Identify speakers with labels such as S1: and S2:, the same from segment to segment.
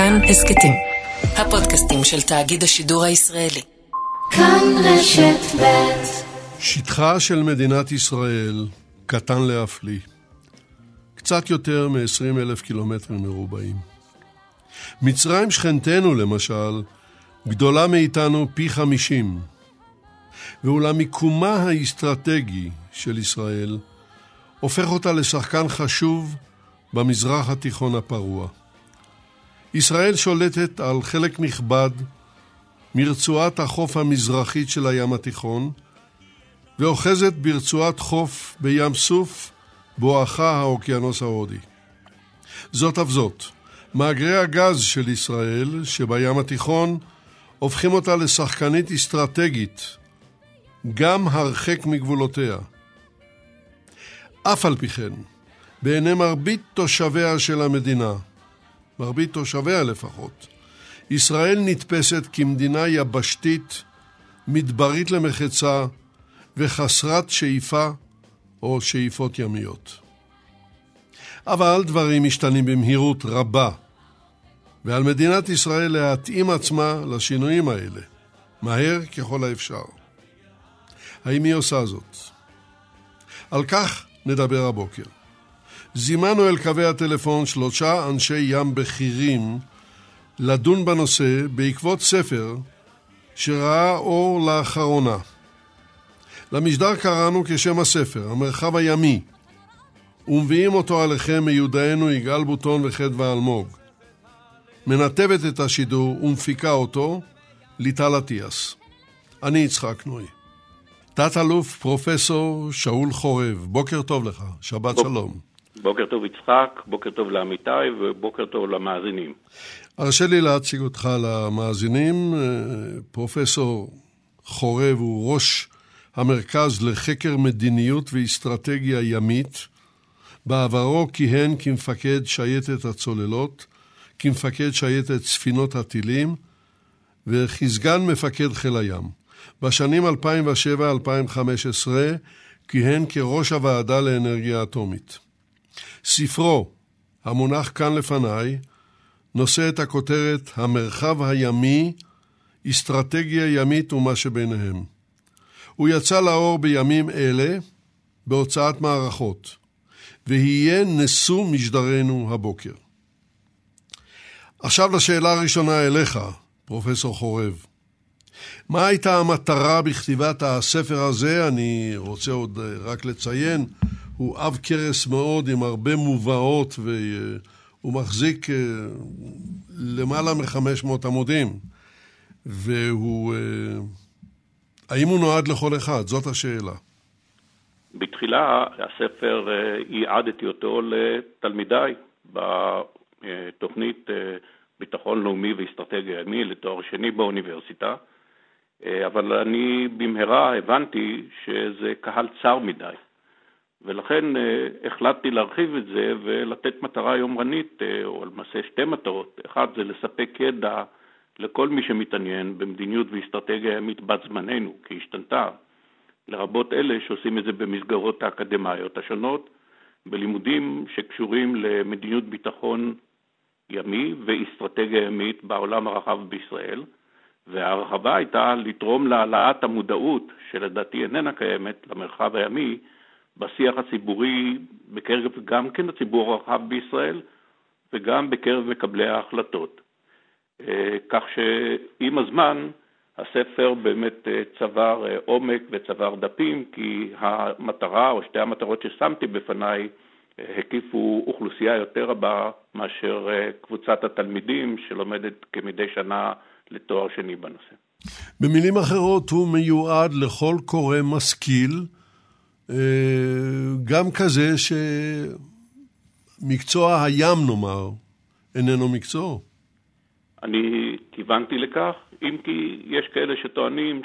S1: כאן הסקטים, הפודקאסטים של תאגיד השידור הישראלי.
S2: כאן רשת ב'.
S3: שטחה של מדינת ישראל קטן להפליא. קצת יותר מ-20,000 קילומטרים מרובעים. מצרים שכנתנו למשל, גדולה מאיתנו פי 50. ואולם מיקומה האסטרטגי של ישראל הופך אותה לשחקן חשוב במזרח התיכון הפרוע. ישראל שולטת על חלק נכבד מרצועת החוף המזרחית של הים התיכון, ואוחזת ברצועת חוף בים סוף בואכה האוקיינוס ההודי. זאת אף זאת, מאגרי הגז של ישראל שבים התיכון הופכים אותה לשחקנית אסטרטגית, גם הרחק מגבולותיה. אף על פי כן, בעיני מרבית תושביה של המדינה, מרבית תושביה לפחות, ישראל נתפסת כמדינה יבשתית, מדברית למחצה וחסרת שאיפה או שאיפות ימיות. אבל דברים משתנים במהירות רבה, ועל מדינת ישראל להתאים עצמה לשינויים האלה, מהר ככל האפשר. האם היא עושה זאת? על כך נדבר הבוקר. זימנו אל קווי הטלפון 3 אנשי ים בכירים לדון בנושא בעקבות ספר שראה אור לאחרונה. למשדר קראנו כשם הספר, המרחב הימי, ומביאים אותו עליכם מיודענו יגאל בוטון וחדווה אלמוג. מנתבת את השידור ומפיקה אותו ליטל אטיאס. אני יצחק נוי. תת-אלוף פרופסור שאול חורב, בוקר טוב לך, שבת שלום.
S4: בוקר טוב יצחק, בוקר טוב לעמיתיי ובוקר טוב למאזינים.
S3: הרשה לי להציג אותך למאזינים. פרופסור חורב הוא ראש המרכז לחקר מדיניות ואסטרטגיה ימית. בעברו כיהן כמפקד שייטת הצוללות, כמפקד שייטת ספינות הטילים וכסגן מפקד חיל הים. בשנים 2007-2015 כיהן כראש הוועדה לאנרגיה אטומית. ספרו, המונח כאן לפניי, נושא את הכותרת המרחב הימי, אסטרטגיה ימית ומה שביניהם. הוא יצא לאור בימים אלה בהוצאת מערכות, ויהיה נשוא משדרנו הבוקר. עכשיו לשאלה הראשונה אליך, פרופסור חורב. מה הייתה המטרה בכתיבת הספר הזה? אני רוצה עוד רק לציין, הוא אב קרס מאוד עם הרבה מובאות, והוא מחזיק למעלה מ-500 עמודים. האם הוא נועד לכל אחד? זאת השאלה.
S4: בתחילה הספר ייעדתי אותו לתלמידיי בתוכנית ביטחון לאומי ואסטרטגיה ימי לתואר שני באוניברסיטה, אבל אני במהרה הבנתי שזה קהל צר מדי, ולכן החלטתי להרחיב את זה ולתת מטרה יומרנית, או למעשה שתי מטרות. אחד זה לספק ידע לכל מי שמתעניין במדיניות ואסטרטגיה ימית בת זמננו, כי השתנתה, לרבות אלה שעושים את זה במסגרות האקדמיות השונות, בלימודים שקשורים למדיניות ביטחון ימי ואסטרטגיה ימית בעולם הרחב בישראל, וההרחבה הייתה לתרום להעלאת המודעות שלדעתי איננה קיימת למרחב הימי בשיח הציבורי בקרב גם כן הציבור הרחב בישראל וגם בקרב מקבלי ההחלטות. כך שעם הזמן הספר באמת צבר עומק וצבר דפים, כי המטרה או שתי המטרות ששמתי בפניי הקיפו אוכלוסייה יותר רבה מאשר קבוצת התלמידים שלומדת כמדי שנה לתואר שני בנושא.
S3: במילים אחרות הוא מיועד לכל קורא משכיל, גם כזה שמקצוע הים נאמר איננו מקצוע.
S4: אני כיוונתי לכך, אם כי יש כאלה שטוענים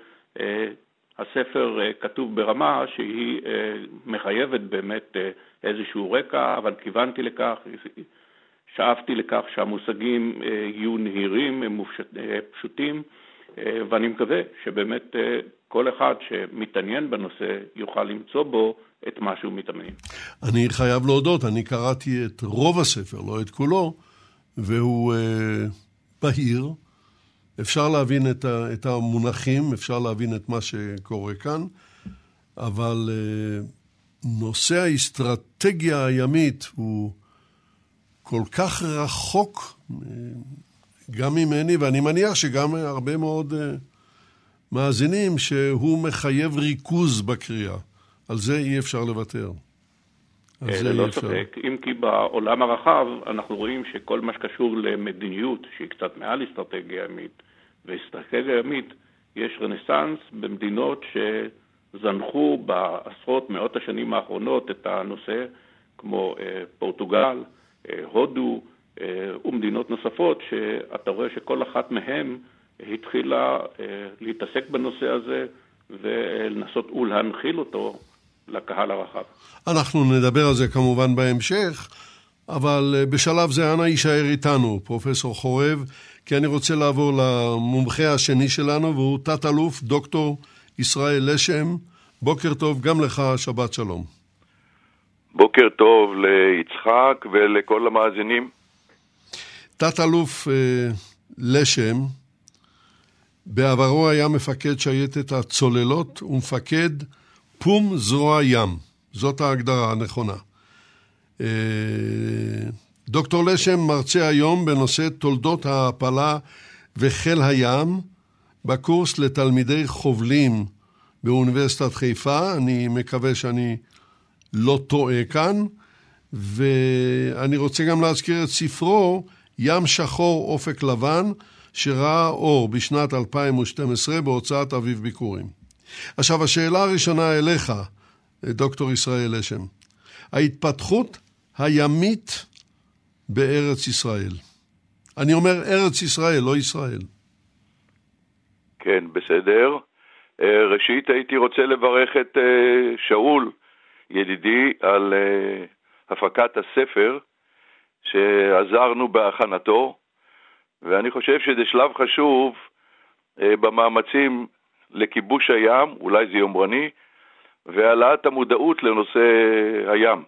S4: שהספר כתוב ברמה שהיא מחייבת באמת איזשהו רקע, אבל כיוונתי לכך, שאפתי לכך שהמושגים יהיו נהירים, הם פשוטים, ואני מקווה שבאמת כל אחד שמתעניין בנושא יוכל למצוא בו את מה שהוא מתעניין.
S3: אני חייב להודות, אני קראתי את רוב הספר, לא את כולו, והוא בהיר. אפשר להבין את המונחים, אפשר להבין את מה שקורה כאן, אבל נושא האסטרטגיה הימית הוא כל כך רחוק גם ממני, ואני מניח שגם הרבה מאוד מאזינים, שהוא מחייב ריכוז בקריאה. על זה אי אפשר לוותר.
S4: ללא ספק, אם כי בעולם הרחב אנחנו רואים שכל מה שקשור למדיניות, שהיא קצת מעל אסטרטגיה ימית, ואסטרטגיה ימית, יש רנסנס במדינות שזנחו בעשרות מאות השנים האחרונות את הנושא, כמו פורטוגל, הודו ומדינות נוספות, שאתה רואה שכל אחת מהן התחילה להתעסק בנושא הזה ולנסות ולהנחיל אותו לקהל הרחב.
S3: אנחנו נדבר על זה כמובן בהמשך, אבל בשלב זה אנא יישאר איתנו, פרופסור חורב, כי אני רוצה לעבור למומחה השני שלנו, והוא תת-אלוף דוקטור ישראל לשם. בוקר טוב גם לך, שבת שלום.
S5: בוקר טוב ליצחק ולכל המאזינים.
S3: תת-אלוף לשם, בעברו היה מפקד שייטת הצוללות ומפקד פום זרוע ים. זאת ההגדרה הנכונה. דוקטור לשם מרצה היום בנושא תולדות ההעפלה וחיל הים בקורס לתלמידי חובלים באוניברסיטת חיפה. אני מקווה שאני לא טועה כאן, ואני רוצה גם להזכיר את ספרו ים שחור אופק לבן, שראה אור בשנת 2012 בהוצאת אביב ביקורים. עכשיו, השאלה הראשונה אליך, דוקטור ישראל לשם. ההתפתחות הימית בארץ ישראל. אני אומר ארץ ישראל, לא ישראל.
S5: כן, בסדר. ראשית הייתי רוצה לברך את שאול, ידידי, על הפקת הספר שעזרנו בהכנתו, ואני חושב שזה שלב חשוב במאמצים לכיבוש הים, אולי זה יומרני, והעלאת המודעות לנושא הים.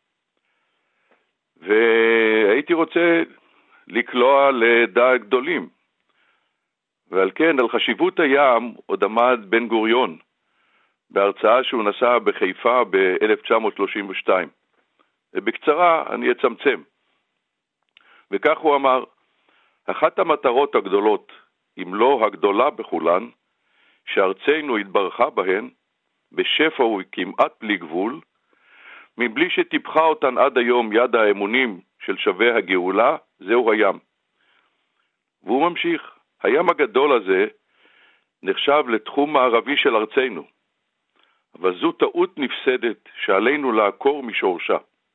S5: והייתי רוצה לקלוע לדעת גדולים, ועל כן, על חשיבות הים עוד עמד בן גוריון, בהרצאה שהוא נשא בחיפה ב-1932. ובקצרה אני אצמצם. וכך הוא אמר, אחת המטרות הגדולות, אם לא הגדולה בכולן, שארצנו התברכה בהן, בשפע וכמעט בלי גבול, מבלי שטיפחה אותן עד היום יד האמונים של שווה הגאולה, זהו הים. והוא ממשיך, הים הגדול הזה נחשב לתחום מערבי של ארצנו, אבל זו טעות נפסדת שעלינו לעקור משורשה.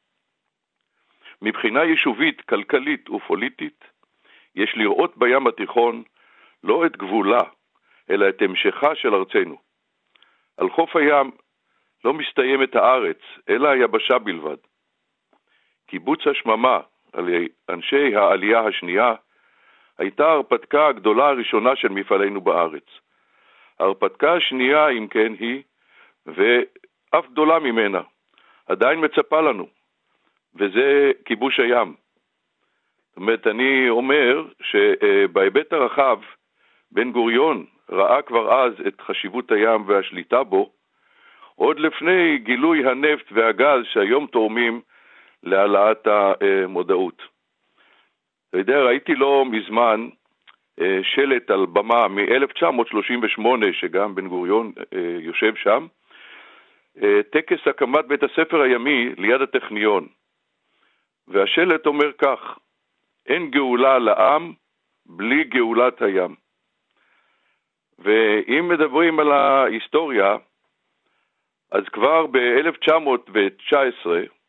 S5: מבחינה יישובית, כלכלית ופוליטית, יש לראות בים התיכון לא את גבולה, אלא את המשכה של ארצנו. על חוף הים לא מסתיימת הארץ, אלא היבשה בלבד. קיבוץ השממה על אנשי העלייה השנייה הייתה ההרפתקה הגדולה הראשונה של מפעלינו בארץ. ההרפתקה השנייה, אם כן, היא, ואף גדולה ממנה, עדיין מצפה לנו, וזה כיבוש הים. זאת אומרת, אני אומר שבהיבט הרחב, בן גוריון ראה כבר אז את חשיבות הים והשליטה בו, עוד לפני גילוי הנפט והגז שהיום תורמים להעלאת המודעות. אתה יודע, ראיתי לא מזמן שלט על במה מ-1938, שגם בן גוריון יושב שם, טקס הקמת בית הספר הימי ליד הטכניון. והשלט אומר כך, אין גאולה לעם בלי גאולת הים. ואם מדברים על ההיסטוריה, אז כבר ב-1919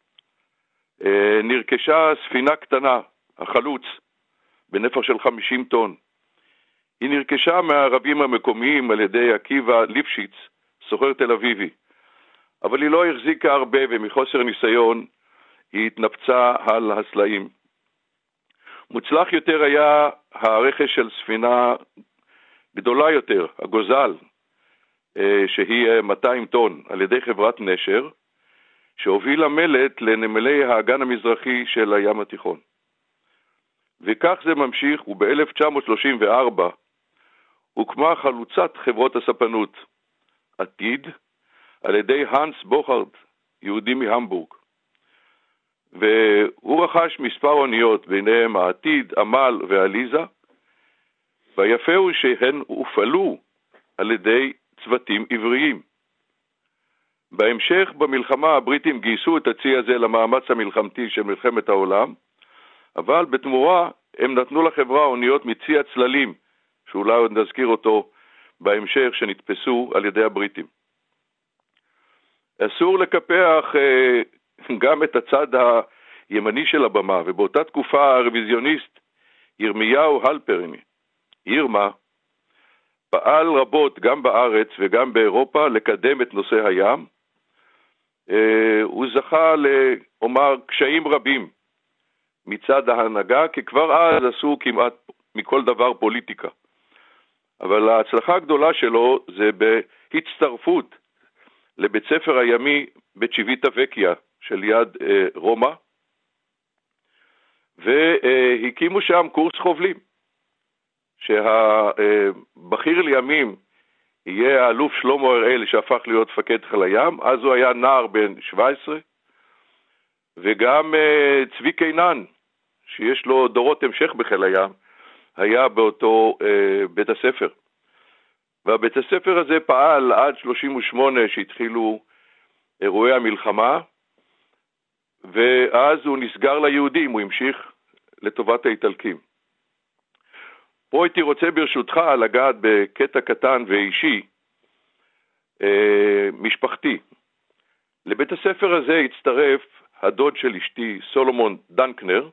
S5: נרכשה ספינה קטנה, החלוץ, בנפח של 50 טון. היא נרכשה מהערבים המקומיים על ידי עקיבא ליפשיץ, סוחר תל אביבי. אבל היא לא החזיקה הרבה, ומחוסר ניסיון היא התנפצה על הסלעים. מוצלח יותר היה הרכש של ספינה גדולה יותר, הגוזל, שהיא 200 טון, על ידי חברת נשר, שהובילה מלט לנמלי האגן המזרחי של הים התיכון. וכך זה ממשיך, וב-1934 הוקמה חלוצת חברות הספנות, עתיד, על ידי הנס בוכרד, יהודי מהמבורג. והוא רכש מספר אוניות, ביניהם העתיד, עמל ועליזה, והיפה הוא שהן הופעלו על ידי צוותים עבריים. בהמשך, במלחמה, הבריטים גייסו את הצי הזה למאמץ המלחמתי של מלחמת העולם, אבל בתמורה הם נתנו לחברה אוניות מצי הצללים, שאולי עוד נזכיר אותו בהמשך, שנתפסו על ידי הבריטים. אסור לקפח גם את הצד הימני של הבמה, ובאותה תקופה הרוויזיוניסט ירמיהו הלפרני, ירמה, פעל רבות גם בארץ וגם באירופה לקדם את נושא הים. הוא זכה לאומר קשיים רבים מצד ההנהגה, כי כבר אז עשו כמעט מכל דבר פוליטיקה. אבל ההצלחה הגדולה שלו זה בהצטרפות לבית ספר הימי בצ'יוויטה וקיה של יד רומא, והקימו שם קורס חובלים, שהבכיר לימים יהיה האלוף שלמה הראל, שהפך להיות מפקד חיל הים. אז הוא היה נער בן 17, וגם צבי קינן, שיש לו דורות המשך בחיל הים, היה באותו בית הספר. והבית הספר הזה פעל עד 38 שהתחילו אירועי המלחמה, ואז הוא נסגר ליהודים, הוא המשיך לטובת האיטלקים. פה הייתי רוצה ברשותך לגעת בקטע קטן ואישי, משפחתי. לבית הספר הזה הצטרף הדוד של אשתי, סולומון דנקנר,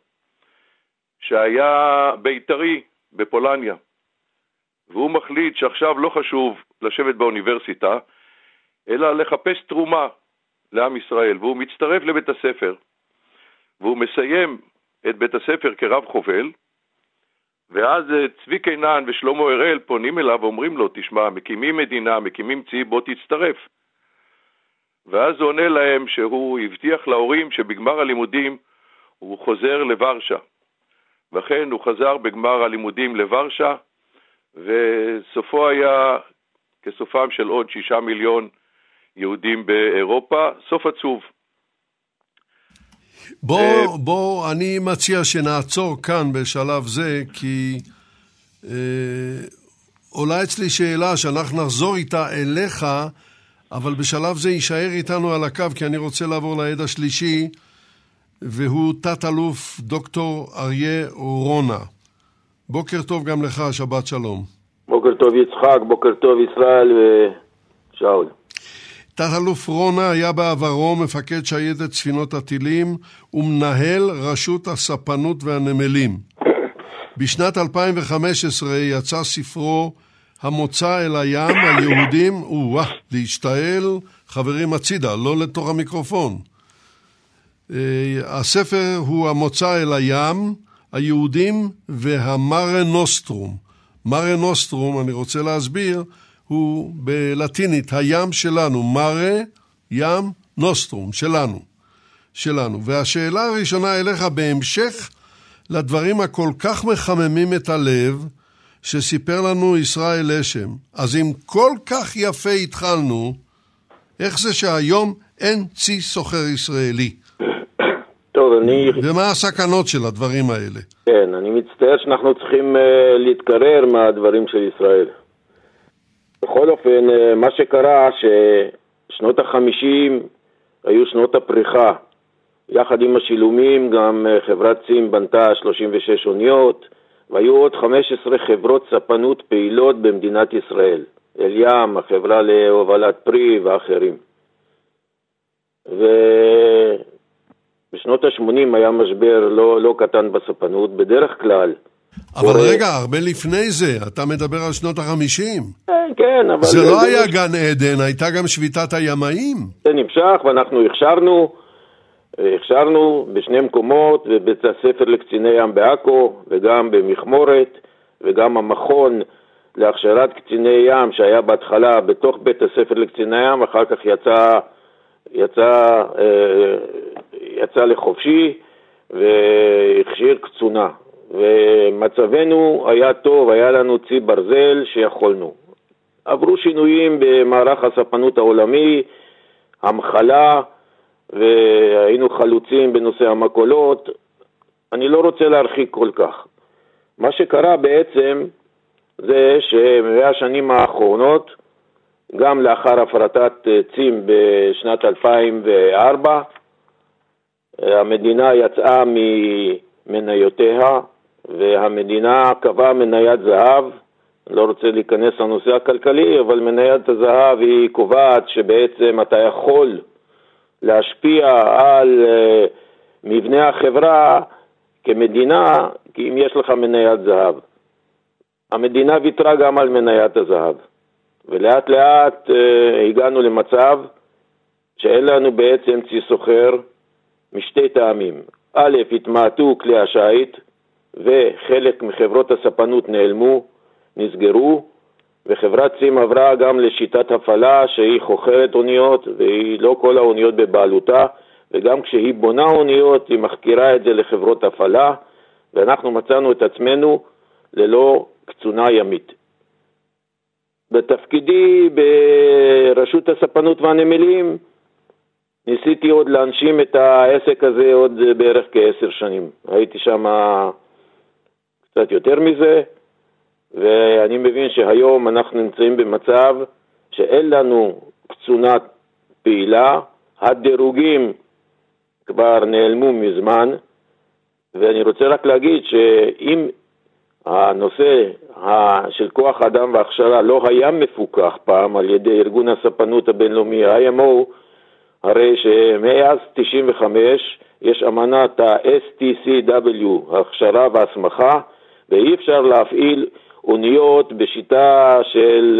S5: שהיה בית"רי בפולניה. והוא מחליט שעכשיו לא חשוב לשבת באוניברסיטה, אלא לחפש תרומה לעם ישראל. והוא מצטרף לבית הספר, והוא מסיים את בית הספר כרב חובל, ואז צבי קינן ושלמה הראל פונים אליו ואומרים לו, תשמע, מקימים מדינה, מקימים צי, בוא תצטרף. ואז הוא עונה להם שהוא הבטיח להורים שבגמר הלימודים הוא חוזר לוורשה. וכן הוא חזר בגמר הלימודים לוורשה, וסופו היה כסופם של עוד 6 מיליון יהודים באירופה, סוף עצוב.
S3: בוא, אני מציע שנעצור כאן בשלב זה, כי עולה אצלי שאלה שאנחנו נחזור איתה אליך, אבל בשלב זה יישאר איתנו על הקו, כי אני רוצה לעבור לעד השלישי, והוא תת-אלוף דוקטור אריה רונה. בוקר טוב גם לך, שבת שלום.
S6: בוקר טוב יצחק, בוקר טוב ישראל ושאול.
S3: תת-אלוף רונה היה בעברו מפקד שייטת ספינות הטילים ומנהל רשות הספנות והנמלים. בשנת 2015 יצא ספרו המוצא אל הים, היהודים, להשתעל, חברים הצידה, לא לתוך המיקרופון. הספר הוא המוצא אל הים, היהודים והמארה נוסטרום. מארה נוסטרום, אני רוצה להסביר, הוא בלטינית הים שלנו, מארה, ים, נוסטרום, שלנו. והשאלה הראשונה אליך בהמשך לדברים הכל כך מחממים את הלב, שסיפר לנו ישראל לשם. אז אם כל כך יפה התחלנו, איך זה שהיום אין צי סוחר ישראלי?
S6: טוב,
S3: ומה הסכנות של הדברים האלה?
S6: כן, אני מצטער שאנחנו צריכים להתקרר מהדברים של ישראל. בכל אופן, מה שקרה ששנות ה-50 היו שנות הפריחה. יחד עם השילומים גם חברת צים בנתה 36 אוניות, והיו עוד 15 חברות ספנות פעילות במדינת ישראל. אל ים, החברה להובלת פרי ואחרים. בשנות ה-80 היה משבר לא קטן בספנות, בדרך כלל.
S3: אבל רגע, הרבה לפני זה, אתה מדבר על שנות ה-50.
S6: כן, אבל...
S3: זה לא היה גן עדן, הייתה גם שביתת הימאים.
S6: זה נמשך, ואנחנו הכשרנו בשני מקומות, בבית הספר לקציני ים בעכו, וגם במכמורת, וגם המכון להכשרת קציני ים, שהיה בהתחלה בתוך בית הספר לקציני ים, אחר כך יצא לחופשי, והכשיר קצונה. ומצבנו היה טוב, היה לנו צי ברזל שיכולנו. עברו שינויים במערך הספנות העולמי, המחלה, והיינו חלוצים בנושא המקולות. אני לא רוצה להרחיק כל כך. מה שקרה בעצם זה שבשנים האחרונות, גם לאחר הפרטת צים בשנת 2004, המדינה יצאה ממניותיה, והמדינה קבעה מניית זהב. אני לא רוצה להיכנס לנושא הכלכלי, אבל מניית הזהב היא קובעת שבעצם אתה יכול להשפיע על מבנה החברה כמדינה, כי אם יש לך מניית זהב. המדינה ויתרה גם על מניית הזהב, ולאט לאט הגענו למצב שאין לנו בעצם צי סוחר משתי טעמים. א', התמעטו כלי השיט, וחלק מחברות הספנות נעלמו, נסגרו, וחברת צים עברה גם לשיטת הפעלה שהיא חוכרת אוניות, והיא לא כל האוניות בבעלותה, וגם כשהיא בונה אוניות היא מחכירה את זה לחברות הפעלה, ואנחנו מצאנו את עצמנו ללא קצונה ימית. בתפקידי ברשות הספנות והנמלים ניסיתי עוד להנשים את העסק הזה עוד בערך כ10 שנים. הייתי שם קצת יותר מזה, ואני מבין שהיום אנחנו נמצאים במצב שאין לנו קצונה פעילה, הדירוגים כבר נעלמו מזמן, ואני רוצה רק להגיד שאם הנושא של כוח אדם והכשרה לא היה מפוקח פעם על ידי ארגון הספנות הבינלאומי, IMO, הרי שמאז 95 יש אמנת ה-STCW, הכשרה והסמכה, ואי אפשר להפעיל אוניות בשיטה של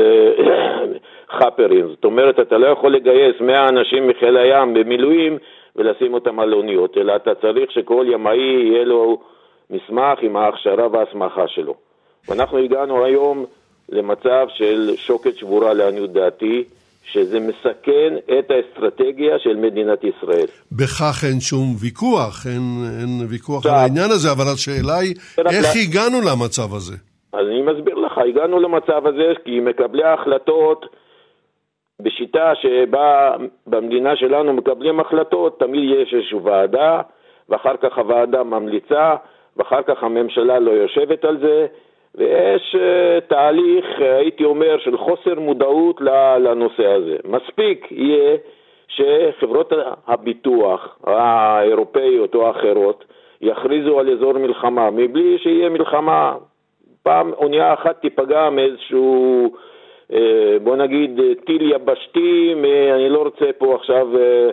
S6: חפרים. זאת אומרת, אתה לא יכול לגייס 100 אנשים מחיל הים במילואים ולשים אותם על אוניות, אלא אתה צריך שכל ימאי יהיה לו מסמך עם ההכשרה וההסמכה שלו. ואנחנו הגענו היום למצב של שוקת שבורה לעניות דעתי, שזה מסכן את האסטרטגיה של מדינת ישראל.
S3: בכך אין שום ויכוח, אין ויכוח על העניין הזה, אבל השאלה היא, איך הגענו למצב הזה?
S6: אז אני מסביר לך, הגענו למצב הזה כי מקבלי ההחלטות, בשיטה שבה במדינה שלנו מקבלים החלטות, תמיד יש איזושהי ועדה, ואחר כך הוועדה ממליצה, ואחר כך הממשלה לא יושבת על זה, ויש תהליך, הייתי אומר, של חוסר מודעות לנושא הזה. מספיק יהיה שחברות הביטוח האירופאיות או האחרות יכריזו על אזור מלחמה, מבלי שיהיה מלחמה. פעם אונייה אחת תיפגע מאיזשהו, בוא נגיד, טיל יבשתי, אני לא רוצה פה עכשיו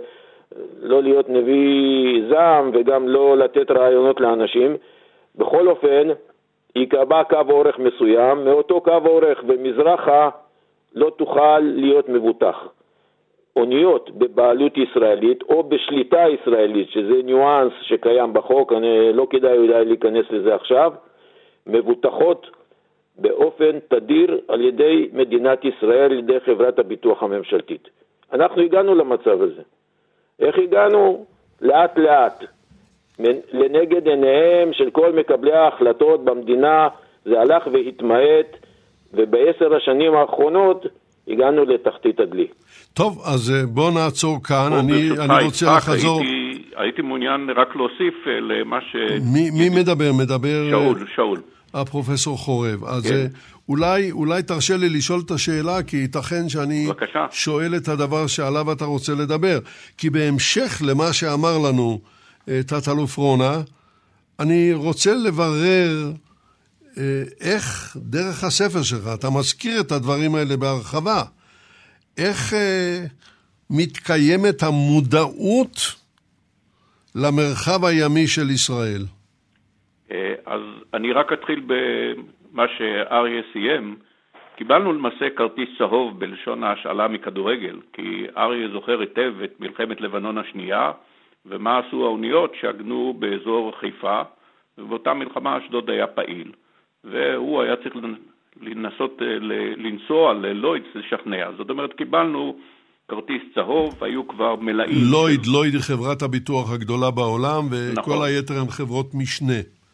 S6: לא להיות נביא זעם וגם לא לתת רעיונות לאנשים. בכל אופן, יקבע קו אורך מסוים, מאותו קו אורך ומזרחה לא תוכל להיות מבוטח. אוניות בבעלות ישראלית או בשליטה ישראלית, שזה ניואנס שקיים בחוק, אני לא כדאי להיכנס לזה עכשיו, מבוטחות באופן תדיר על ידי מדינת ישראל, על ידי חברת הביטוח הממשלתית. אנחנו הגענו למצב הזה. איך הגענו? לאט לאט. לנגד עיניהם של כל מקבלי ההחלטות במדינה, זה הלך והתמעט, וב10 השנים האחרונות הגענו לתחתית הדלי.
S3: טוב, אז בוא נעצור כאן. אני רוצה לחזור.
S4: הייתי מעוניין רק להוסיף למה ש...
S3: מי מדבר?
S4: שאול.
S3: הפרופסור חורב. אז אולי תרשה לי לשאול את השאלה, כי ייתכן שאני שואל את הדבר שעליו אתה רוצה לדבר. כי בהמשך למה שאמר לנו תת-אלוף רונה, אני רוצה לברר איך דרך הספר שלך, אתה מזכיר את הדברים האלה בהרחבה, איך מתקיימת המודעות למרחב הימי של ישראל?
S4: אז אני רק אתחיל במה שאריה סיים. קיבלנו למעשה כרטיס צהוב בלשון ההשאלה מכדורגל, כי אריה זוכר היטב את מלחמת לבנון השנייה, ומה עשו האוניות שעגנו באזור חיפה, ובאותה מלחמה אשדוד היה פעיל. והוא היה צריך לנסות לנסוע ללויד לשכנע. זאת אומרת, קיבלנו כרטיס צהוב, היו כבר מלאים.
S3: לויד היא חברת הביטוח הגדולה בעולם, וכל היתר הם חברות משנה.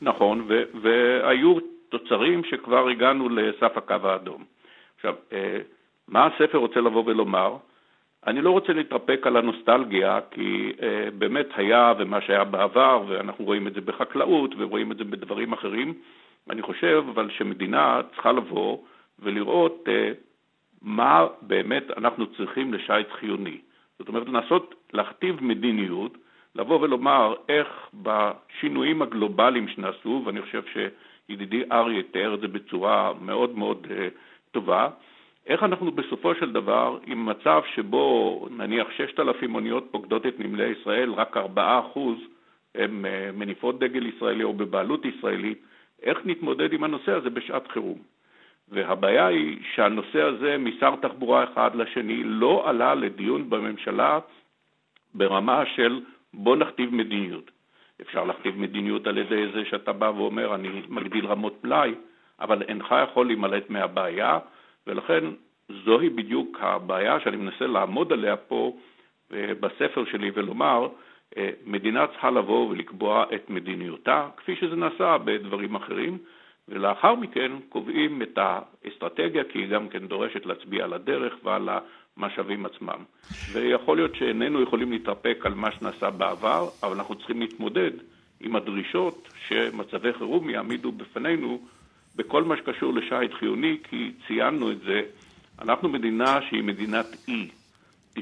S4: נכון, והיו תוצרים שכבר הגענו לסף הקו האדום. עכשיו, מה הספר רוצה לבוא ולומר? אני לא רוצה להתרפק על הנוסטלגיה, כי באמת היה ומה שהיה בעבר, ואנחנו רואים את זה בחקלאות ורואים את זה בדברים אחרים. אני חושב אבל שמדינה צריכה לבוא ולראות מה באמת אנחנו צריכים לשייט חיוני. זאת אומרת, לנסות להכתיב מדיניות, לבוא ולומר איך בשינויים הגלובליים שנעשו, ואני חושב שידידי אריה תיאר את זה בצורה מאוד מאוד טובה, איך אנחנו בסופו של דבר, עם מצב שבו נניח 6,000 אוניות פוקדות את נמלי ישראל, רק 4% הם מניפות דגל ישראלי או בבעלות ישראלית, איך נתמודד עם הנושא הזה בשעת חירום? והבעיה היא שהנושא הזה משר תחבורה אחד לשני לא עלה לדיון בממשלה ברמה של בוא נכתיב מדיניות. אפשר להכתיב מדיניות על ידי זה שאתה בא ואומר אני מגדיל רמות פלאי, אבל אינך יכול להימלט מהבעיה, ולכן זוהי בדיוק הבעיה שאני מנסה לעמוד עליה פה בספר שלי ולומר, מדינה צריכה לבוא ולקבוע את מדיניותה, כפי שזה נעשה בדברים אחרים, ולאחר מכן קובעים את האסטרטגיה, כי היא גם כן דורשת להצביע על הדרך ועל המשאבים עצמם. ויכול להיות שאיננו יכולים להתרפק על מה שנעשה בעבר, אבל אנחנו צריכים להתמודד עם הדרישות שמצבי חירום יעמידו בפנינו, בכל מה שקשור לשייט חיוני, כי ציינו את זה, אנחנו מדינה שהיא מדינת אי. 99%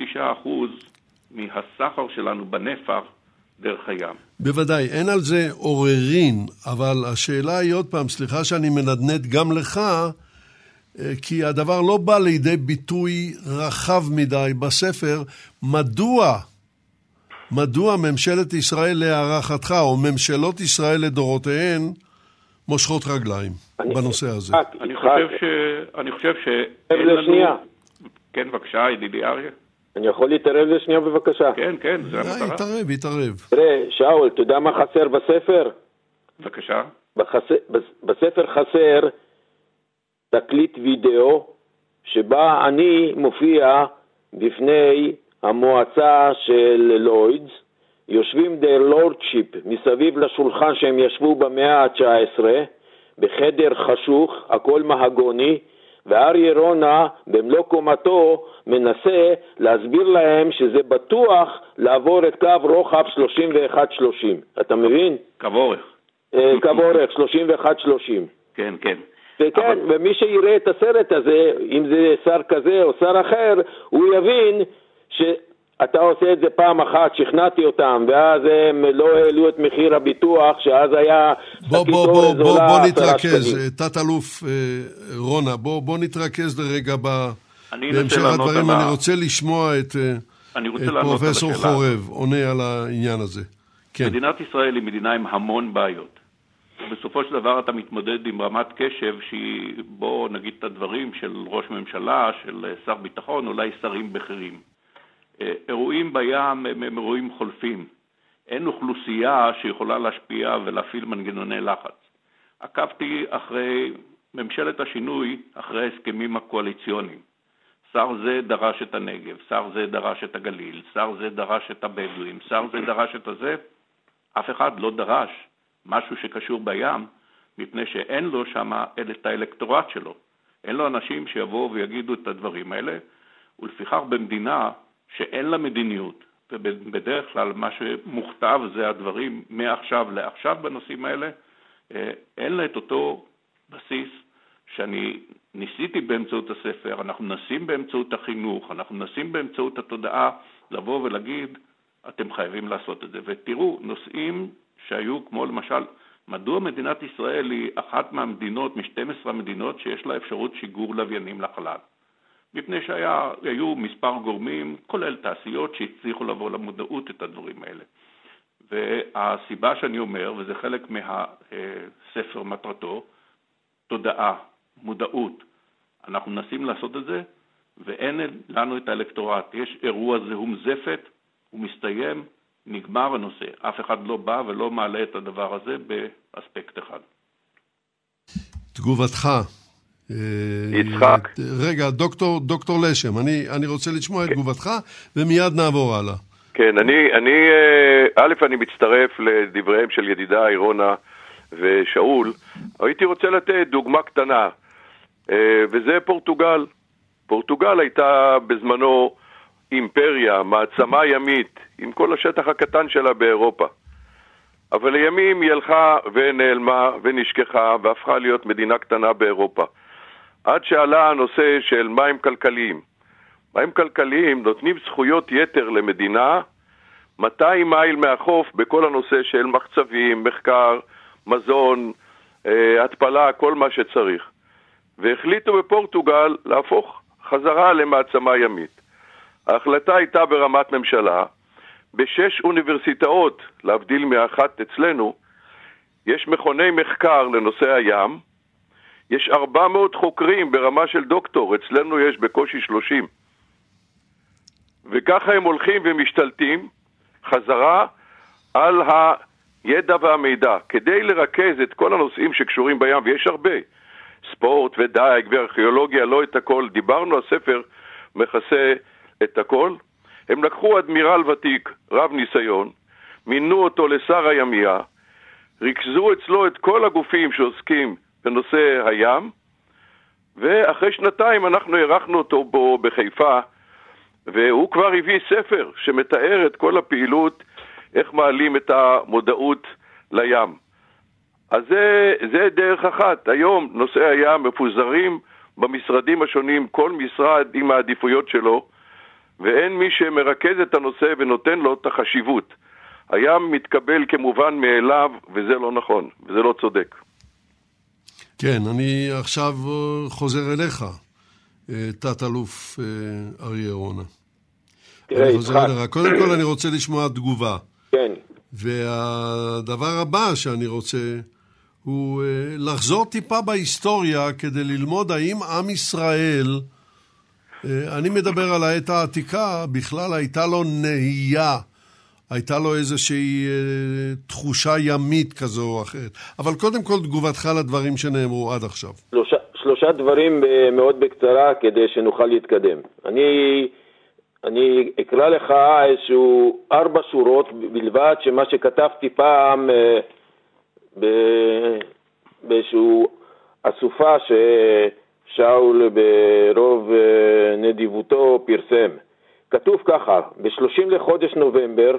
S4: מהסחר שלנו בנפח דרך הים.
S3: בוודאי, אין על זה עוררין, אבל השאלה היא עוד פעם, סליחה שאני מנדנד גם לך, כי הדבר לא בא לידי ביטוי רחב מדי בספר, מדוע ממשלת ישראל להערכתך, או ממשלות ישראל לדורותיהן, מושכות רגליים בנושא הזה?
S4: אני חושב שאין לנו... כן, בבקשה, ידידי אריה.
S6: אני יכול להתערב לשנייה בבקשה?
S4: כן, זה המטרה.
S3: יתערב.
S6: תראה, שאול, אתה יודע מה חסר בספר?
S4: בבקשה.
S6: בספר חסר תקליט וידאו, שבה אני מופיע בפני המועצה של לוידס, יושבים דר לורדשיפ מסביב לשולחן שהם ישבו במאה ה-19, בחדר חשוך, הכל מהגוני, ואריה רונה במלוא קומתו מנסה להסביר להם שזה בטוח לעבור את קו רוחב 31-30. אתה מבין?
S4: קו אורך.
S6: קו אורך 31-30.
S4: כן.
S6: וכן, ומי שיראה את הסרט הזה, אם זה שר כזה או שר אחר, הוא יבין שאתה עושה את זה פעם אחת, שכנעתי אותם, ואז הם לא העלו את מחיר הביטוח, שאז היה...
S3: בוא נתרכז, תת-אלוף רונה, בוא נתרכז לרגע בהמשך הדברים. אני רוצה לשמוע את פרופסור חורב עונה על העניין הזה.
S4: מדינת ישראל היא מדינה עם המון בעיות. בסופו של דבר אתה מתמודד עם רמת קשב שהיא, בוא נגיד את הדברים של ראש ממשלה, של שר ביטחון, אולי שרים בכירים. אירועים בים הם אירועים חולפים. אין אוכלוסייה שיכולה להשפיע ולהפעיל מנגנוני לחץ. עקבתי אחרי ממשלת השינוי, אחרי ההסכמים הקואליציוניים. שר זה דרש את הנגב, שר זה דרש את הגליל, שר זה דרש את הבדואים, שר זה דרש את הזה. אף אחד לא דרש משהו שקשור בים, מפני שאין לו שם את האלקטורט שלו. אין לו אנשים שיבואו ויגידו את הדברים האלה, ולפיכך במדינה שאין לה מדיניות, ובדרך כלל מה שמוכתב זה הדברים מעכשיו לעכשיו בנושאים האלה, אין לה את אותו בסיס שאני ניסיתי באמצעות הספר, אנחנו נשים באמצעות החינוך, אנחנו נשים באמצעות התודעה, לבוא ולהגיד, אתם חייבים לעשות את זה. ותראו, נושאים שהיו כמו למשל, מדוע מדינת ישראל היא אחת מהמדינות, מ-12 המדינות שיש לה אפשרות שיגור לוויינים לחלל? מפני שהיו מספר גורמים, כולל תעשיות, שהצליחו לבוא למודעות את הדברים האלה. והסיבה שאני אומר, וזה חלק מהספר מטרתו, תודעה, מודעות. אנחנו מנסים לעשות את זה, ואין לנו את האלקטורט. יש אירוע זהום זפת, הוא מסתיים, נגמר הנושא. אף אחד לא בא ולא מעלה את הדבר הזה באספקט אחד.
S3: תגובתך.
S5: יצחק.
S3: רגע, דוקטור לשם, אני רוצה לשמוע את תגובתך, ומיד נעבור הלאה.
S5: כן, אני מצטרף לדבריהם של ידידיי רונה ושאול, הייתי רוצה לתת דוגמה קטנה, וזה פורטוגל. פורטוגל הייתה בזמנו אימפריה, מעצמה ימית, עם כל השטח הקטן שלה באירופה. אבל לימים היא הלכה ונעלמה ונשכחה והפכה להיות מדינה קטנה באירופה. עד שעלה הנושא של מים כלכליים. מים כלכליים נותנים זכויות יתר למדינה 200 מייל מהחוף בכל הנושא של מחצבים, מחקר, מזון, התפלה, כל מה שצריך. והחליטו בפורטוגל להפוך חזרה למעצמה ימית. ההחלטה הייתה ברמת ממשלה, ב6 אוניברסיטאות, להבדיל מאחת אצלנו, יש מכוני מחקר לנושא הים, יש 400 חוקרים ברמה של דוקטור, אצלנו יש בקושי 30. וככה הם הולכים ומשתלטים חזרה על הידע והמידע, כדי לרכז את כל הנושאים שקשורים בים, ויש הרבה, ספורט ודייג וארכיאולוגיה, לא את הכל, דיברנו, הספר מכסה את הכל. הם לקחו אדמירל ותיק, רב ניסיון, מינו אותו לשר הימייה, ריכזו אצלו את כל הגופים שעוסקים בנושא הים, ואחרי 2 אנחנו ערכנו אותו בו בחיפה, והוא כבר הביא ספר שמתאר את כל הפעילות, איך מעלים את המודעות לים. אז זה דרך אחת. היום נושאי הים מפוזרים במשרדים השונים, כל משרד עם העדיפויות שלו, ואין מי שמרכז את הנושא ונותן לו את החשיבות. הים מתקבל כמובן מאליו, וזה לא נכון, וזה לא צודק.
S3: כן, אני עכשיו חוזר אליך, תת-אלוף אריה רונה. אני חוזר אליך. קודם כל אני רוצה לשמוע תגובה.
S6: כן.
S3: והדבר הבא שאני רוצה הוא לחזור טיפה בהיסטוריה כדי ללמוד האם עם ישראל, אני מדבר על העת העתיקה, בכלל הייתה לו נהייה, הייתה לו איזושהי תחושה ימית כזו או אחרת. אבל קודם כל תגובתך לדברים שנאמרו עד עכשיו.
S6: 3 דברים מאוד בקצרה כדי שנוכל להתקדם. אני אקרא לך איזשהו 4 שורות בלבד, שמה שכתבתי פעם באיזשהו אסופה ששאול ברוב נדיבותו פרסם. כתוב ככה, ב-30 לחודש נובמבר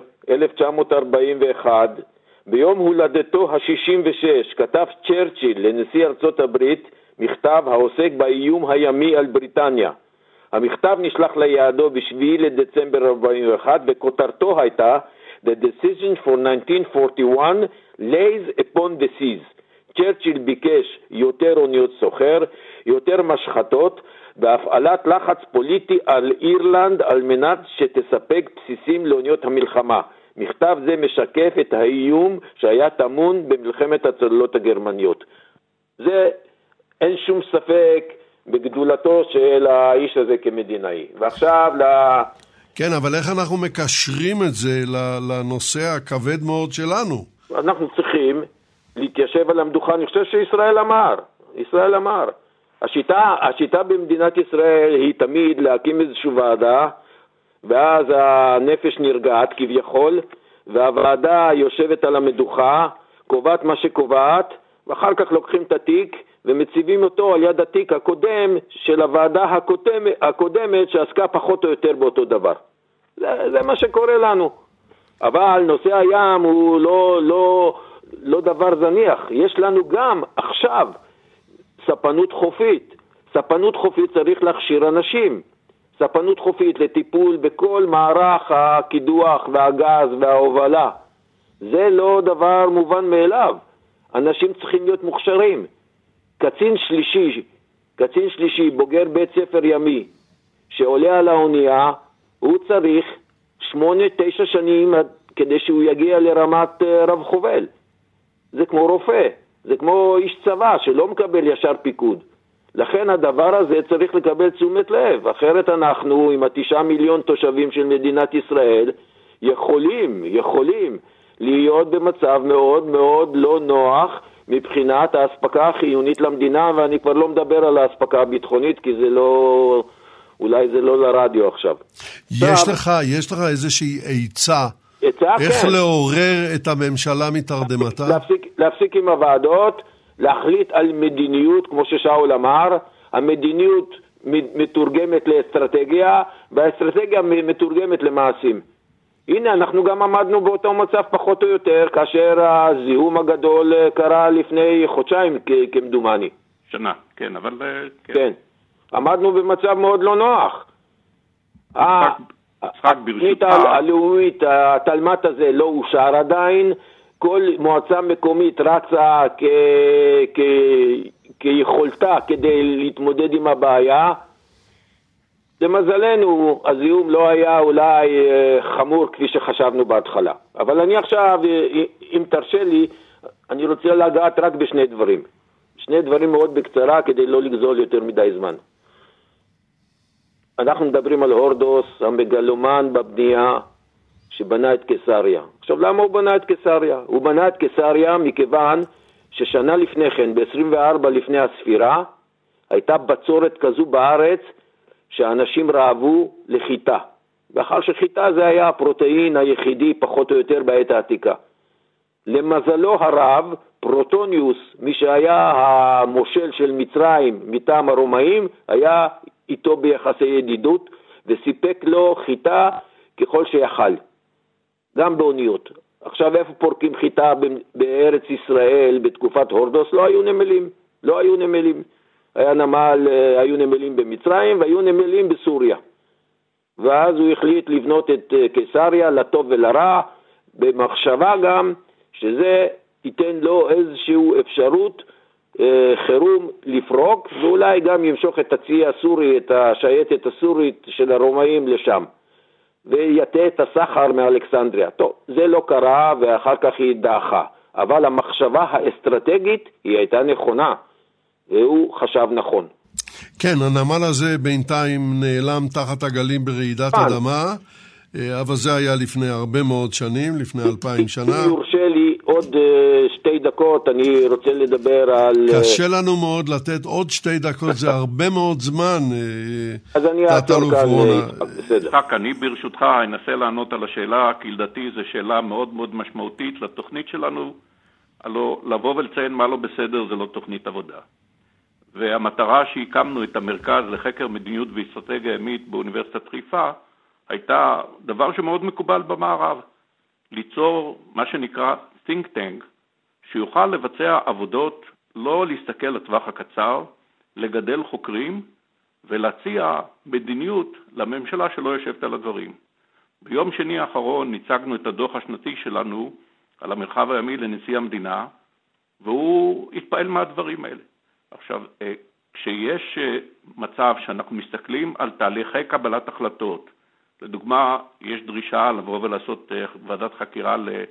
S6: 1941, ביום הולדתו ה-66, כתב צ'רצ'יל לנשיא ארצות הברית מכתב העוסק באיום הימי על בריטניה. המכתב נשלח ליעדו ב-7 לדצמבר 41, וכותרתו הייתה The decision for 1941 lays upon the seas. צ'רצ'יל ביקש יותר אוניות סוחר, יותר משחטות, והפעלת לחץ פוליטי על אירלנד על מנת שתספק בסיסים לאוניות המלחמה. מכתב זה משקף את האיום שהיה טמון במלחמת הצוללות הגרמניות. זה אין שום ספק בגדולתו של האיש הזה כמדינאי. ועכשיו
S3: כן, אבל איך אנחנו מקשרים את זה לנושא הכבד מאוד שלנו?
S6: אנחנו צריכים להתיישב על המדוכה. אני חושב שישראל אמר. השיטה במדינת ישראל היא תמיד להקים איזושהי ועדה, ואז הנפש נרגעת כביכול, והוועדה יושבת על המדוכה, קובעת מה שקובעת, ואחר כך לוקחים את התיק ומציבים אותו על יד התיק הקודם של הוועדה הקודמת שעסקה פחות או יותר באותו דבר. זה מה שקורה לנו. אבל נושא הים הוא לא דבר זניח. יש לנו גם עכשיו ספנות חופית. ספנות חופית צריך להכשיר אנשים. ספנות חופית לטיפול בכל מערך הקידוח והגז וההובלה. זה לא דבר מובן מאליו. אנשים צריכים להיות מוכשרים. קצין שלישי, בוגר בית ספר ימי, שעולה על האונייה, הוא צריך 8-9 שנים כדי שהוא יגיע לרמת רב חובל. זה כמו רופא, זה כמו איש צבא שלא מקבל ישר פיקוד. לכן הדבר הזה צריך לקבל תשומת לב, אחרת אנחנו עם 9 מיליון תושבים של מדינת ישראל יכולים להיות במצב מאוד מאוד לא נוח מבחינת ההספקה החיונית למדינה, ואני כבר לא מדבר על ההספקה הביטחונית, כי זה לא, אולי זה לא לרדיו עכשיו.
S3: יש לך איזושהי עצה איך לעורר את הממשלה מתרדמתה?
S6: להפסיק עם הוועדות, להחליט על מדיניות, כמו ששאול אמר, המדיניות מתורגמת לאסטרטגיה, והאסטרטגיה מתורגמת למעשים. הנה, אנחנו גם עמדנו באותו מצב פחות או יותר, כאשר הזיהום הגדול קרה לפני חודשיים, כמדומני.
S4: שנה, כן, אבל...
S6: כן. עמדנו במצב מאוד לא נוח. התוכנית הלאומית, התלמ"ת הזה לא אושר עדיין, כל מועצה מקומית רצה כיכולתה כדי להתמודד עם הבעיה. למזלנו, הזיהום לא היה אולי חמור כפי שחשבנו בהתחלה. אבל אני עכשיו, אם תרשה לי, אני רוצה לגעת רק בשני דברים. שני דברים מאוד בקצרה כדי לא לגזול יותר מדי זמן. אנחנו מדברים על הורדוס, המגלומן בבנייה שבנה את קיסריה. עכשיו, למה הוא בנה את קיסריה? הוא בנה את קיסריה מכיוון ששנה לפני כן, ב-24 לפני הספירה, הייתה בצורת כזו בארץ שאנשים רעבו לחיטה. ואחר שחיטה זה היה הפרוטאין היחידי פחות או יותר בעת העתיקה. למזלו הרב, פרוטוניוס, מי שהיה המושל של מצרים מטעם הרומאים, היה איתו ביחסי ידידות וסיפק לו חיטה ככל שיכל, גם באוניות. עכשיו איפה פורקים חיטה בארץ ישראל בתקופת הורדוס? לא היו נמלים. היו נמלים במצרים והיו נמלים בסוריה. ואז הוא החליט לבנות את קיסריה לטוב ולרע, במחשבה גם שזה ייתן לו איזושהי אפשרות חירום לפרוק, ואולי גם ימשוך את הצי הסורי, את השייטת הסורית של הרומאים לשם, ויתה את הסחר מאלכסנדריה. טוב, זה לא קרה ואחר כך היא דעכה, אבל המחשבה האסטרטגית היא הייתה נכונה, והוא חשב נכון.
S3: כן, הנמל הזה בינתיים נעלם תחת הגלים ברעידת אדמה, אבל זה היה לפני הרבה מאוד שנים, לפני 2000 שנה.
S6: אם יורשה לי עוד 2 דקות, אני רוצה לדבר על...
S3: קשה לנו מאוד לתת עוד 2 דקות, זה הרבה מאוד זמן.
S6: אז אני אעצור כאן, בסדר.
S4: אני ברשותך אנסה לענות על השאלה, כי לדעתי זו שאלה מאוד מאוד משמעותית לתוכנית שלנו, הלא לבוא ולציין מה לא בסדר זה לא תוכנית עבודה. והמטרה שהקמנו את המרכז לחקר מדיניות ואסטרטגיה ימית באוניברסיטת חיפה, הייתה דבר שמאוד מקובל במערב, ליצור מה שנקרא think tank, שיוכל לבצע עבודות, לא להסתכל לטווח הקצר, לגדל חוקרים ולהציע מדיניות לממשלה שלא יושבת על הדברים. ביום שני האחרון ניצגנו את הדוח השנתי שלנו על המרחב הימי לנשיא המדינה, והוא התפעל מהדברים האלה. עכשיו, כשיש מצב שאנחנו מסתכלים על תהליכי קבלת החלטות, לדוגמה, יש דרישה לבוא ולעשות ועדת חקירה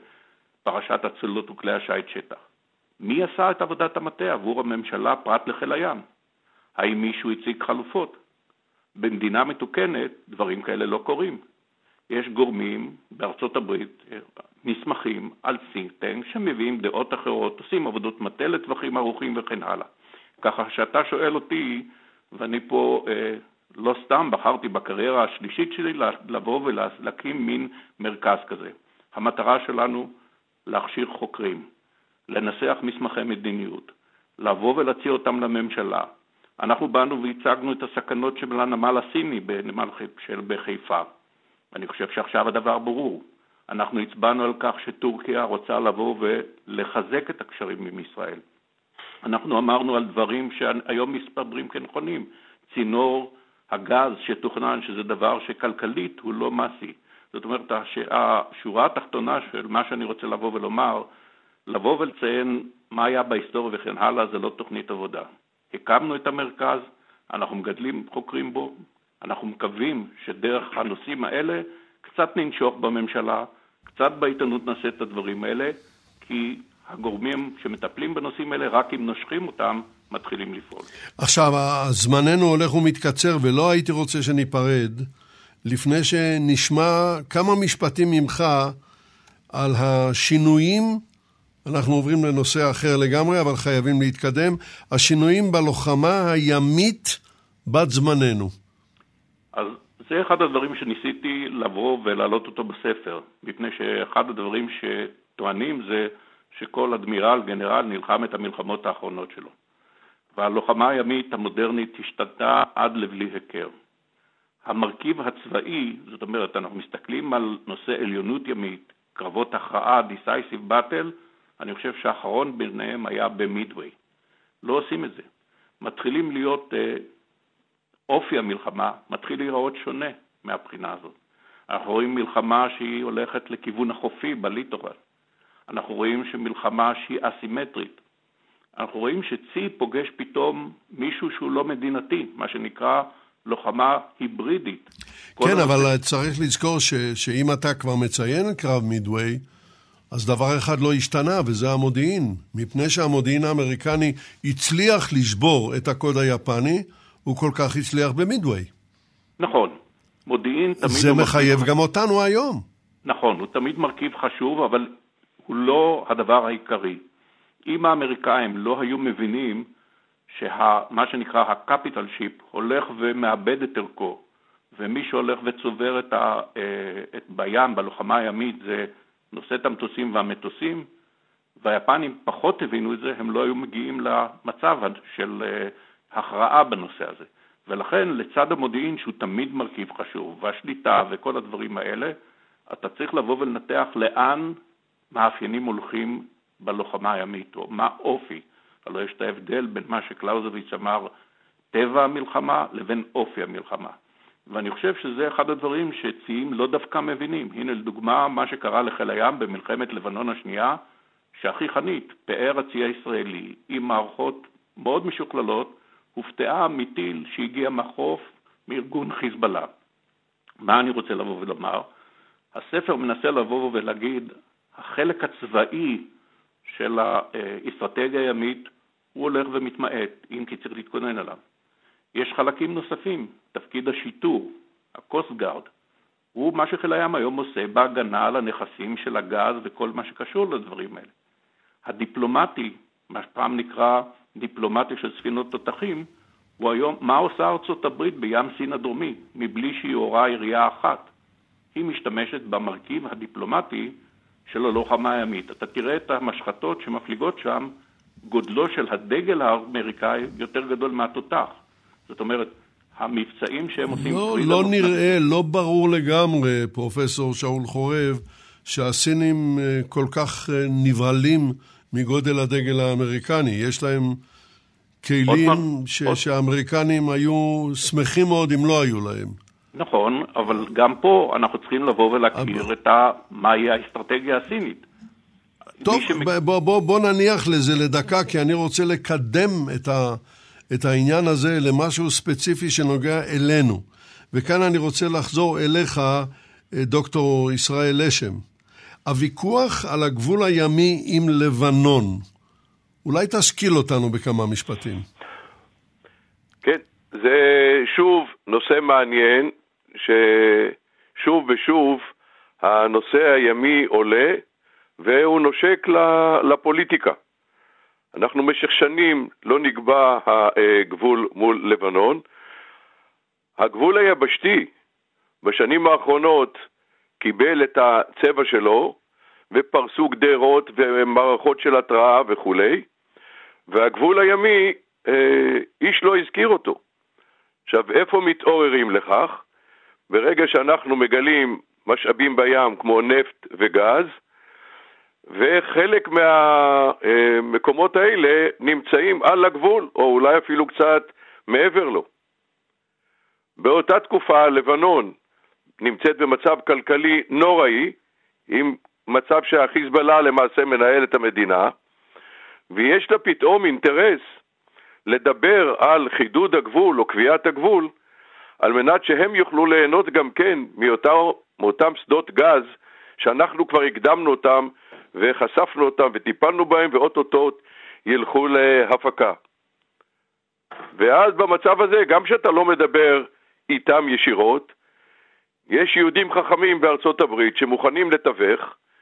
S4: לפרשת הצוללות וכלי השיט שטח. מי עשה את עבודת המטה עבור הממשלה פרט לחיל הים? האם מישהו הציג חלופות? במדינה מתוקנת דברים כאלה לא קורים. יש גורמים בארצות הברית נסמכים על think tank שמביאים דעות אחרות, עושים עבודות מטה לטווחים ארוכים וכן הלאה. ככה שאתה שואל אותי, ואני פה לא סתם בחרתי בקריירה השלישית שלי לבוא ולהקים מין מרכז כזה. המטרה שלנו להכשיר חוקרים, לנסח מסמכי מדיניות, לבוא ולהציע אותם לממשלה. אנחנו באנו והצגנו את הסכנות של הנמל הסיני בנמל בחיפה. אני חושב שעכשיו הדבר ברור. אנחנו הצבענו על כך שטורקיה רוצה לבוא ולחזק את הקשרים עם ישראל. אנחנו אמרנו על דברים שהיום מסתברים כנכונים. צינור הגז שתוכנן, שזה דבר שכלכלית הוא לא מעשי. זאת אומרת, השורה התחתונה של מה שאני רוצה לבוא ולומר, לבוא ולציין מה היה בהיסטוריה וכן הלאה, זה לא תוכנית עבודה. הקמנו את המרכז, אנחנו מגדלים חוקרים בו, אנחנו מקווים שדרך הנושאים האלה קצת ננשוך בממשלה, קצת בעיתונות נעשה את הדברים האלה, כי הגורמים שמטפלים בנושאים האלה, רק אם נושכים אותם, מתחילים לפעול.
S3: עכשיו, זמננו הולך ומתקצר, ולא הייתי רוצה שניפרד, לפני שנשמע כמה משפטים ממך על השינויים, אנחנו עוברים לנושא אחר לגמרי, אבל חייבים להתקדם, השינויים בלוחמה הימית בת זמננו.
S4: אז זה אחד הדברים שניסיתי לבוא ולהעלות אותו בספר, מפני שאחד הדברים שטוענים זה שכל אדמירל, גנרל, נלחם את המלחמות האחרונות שלו. והלוחמה הימית המודרנית השתנתה עד לבלי הכר. המרכיב הצבאי, זאת אומרת, אנחנו מסתכלים על נושא עליונות ימית, קרבות הכרעה, decisive battle, אני חושב שהאחרון ביניהם היה במידווי. לא עושים את זה. מתחילים להיות, אופי המלחמה מתחיל להיראות שונה מהבחינה הזאת. אנחנו רואים מלחמה שהיא הולכת לכיוון החופי בליטורל. אנחנו רואים שמלחמה שהיא אסימטרית. אנחנו רואים שצי פוגש פתאום מישהו שהוא לא מדינתי, מה שנקרא לוחמה היברידית.
S3: כן, אבל צריך לזכור שאם אתה כבר מציין קרב מידווי, אז דבר אחד לא השתנה, וזה המודיעין. מפני שהמודיעין האמריקני הצליח לשבור את הקוד היפני, הוא כל כך הצליח במידווי.
S4: נכון. מודיעין תמיד...
S3: זה מחייב גם אותנו היום.
S4: נכון, הוא תמיד מרכיב חשוב, אבל הוא לא הדבר העיקרי. אם האמריקאים לא היו מבינים שמה שנקרא הקפיטל שיפ הולך ומאבד את ערכו, ומי שהולך וצובר את בים, בלוחמה הימית, זה נושא את המטוסים והמטוסים, והיפנים פחות הבינו את זה, הם לא היו מגיעים למצב של הכרעה בנושא הזה. ולכן לצד המודיעין שהוא תמיד מרכיב חשוב, והשליטה וכל הדברים האלה, אתה צריך לבוא ולנתח לאן מאפיינים הולכים בלוחמה הימית, או מה אופי. הלוא יש את ההבדל בין מה שקלאוזביץ' אמר, טבע המלחמה לבין אופי המלחמה. ואני חושב שזה אחד הדברים שציים לא דווקא מבינים. הנה לדוגמה מה שקרה לחיל הים במלחמת לבנון השנייה, שהכי חנית, פאר הצי הישראלי, עם מערכות מאוד משוכללות, הופתעה מטיל שהגיע מחוף מארגון חיזבאללה. מה אני רוצה לבוא ולומר? הספר מנסה לבוא ולהגיד, החלק הצבאי של האסטרטגיה הימית הוא הולך ומתמעט, אם כי צריך להתכונן עליו. יש חלקים נוספים, תפקיד השיטור, הקוסט גארד, הוא מה שחיל הים היום עושה בהגנה על הנכסים של הגז וכל מה שקשור לדברים האלה. הדיפלומטי, מה שפעם נקרא דיפלומטי של ספינות תותחים, הוא היום, מה עושה ארצות הברית בים סין הדרומי, מבלי שהיא הורה ירייה אחת? היא משתמשת במרכיב הדיפלומטי של הלוחמה הימית. אתה תראה את המשחטות שמפליגות שם, גודלו של הדגל האמריקאי יותר גדול מהתותח. זאת אומרת, המבצעים שהם עושים...
S3: לא נראה, לא ברור לגמרי, פרופסור שאול חורב, שהסינים כל כך נבהלים מגודל הדגל האמריקני. יש להם כלים שהאמריקנים היו שמחים מאוד אם לא היו להם.
S4: נכון, אבל גם פה אנחנו צריכים לבוא ולהכיר את מהי האסטרטגיה הסינית.
S3: טוב, בוא נניח לזה לדקה, כי אני רוצה לקדם את העניין הזה למשהו ספציפי שנוגע אלינו. וכאן אני רוצה לחזור אליך, דוקטור ישראל לשם. הוויכוח על הגבול הימי עם לבנון, אולי תשכיל אותנו בכמה משפטים.
S5: כן, זה שוב נושא מעניין, ששוב ושוב הנושא הימי עולה, והוא נושק לפוליטיקה. אנחנו במשך שנים לא נקבע הגבול מול לבנון. הגבול היבשתי בשנים האחרונות קיבל את הצבע שלו, ופרסו גדרות ומערכות של התראה וכו'. והגבול הימי, איש לא הזכיר אותו. עכשיו, איפה מתעוררים לכך? ברגע שאנחנו מגלים משאבים בים כמו נפט וגז, וחלק מהמקומות האלה נמצאים על הגבול, או אולי אפילו קצת מעבר לו. באותה תקופה לבנון נמצאת במצב כלכלי נוראי, עם מצב שהחיזבאללה למעשה מנהל את המדינה, ויש לה פתאום אינטרס לדבר על חידוד הגבול או קביעת הגבול, על מנת שהם יוכלו ליהנות גם כן מאותם שדות גז שאנחנו כבר הקדמנו אותם וחשפנו אותם וטיפלנו בהם, ואוטוטות ילכו להפקה. ואז במצב הזה, גם שאתה לא מדבר איתם ישירות, יש יהודים חכמים בארצות הברית שמוכנים לתווך,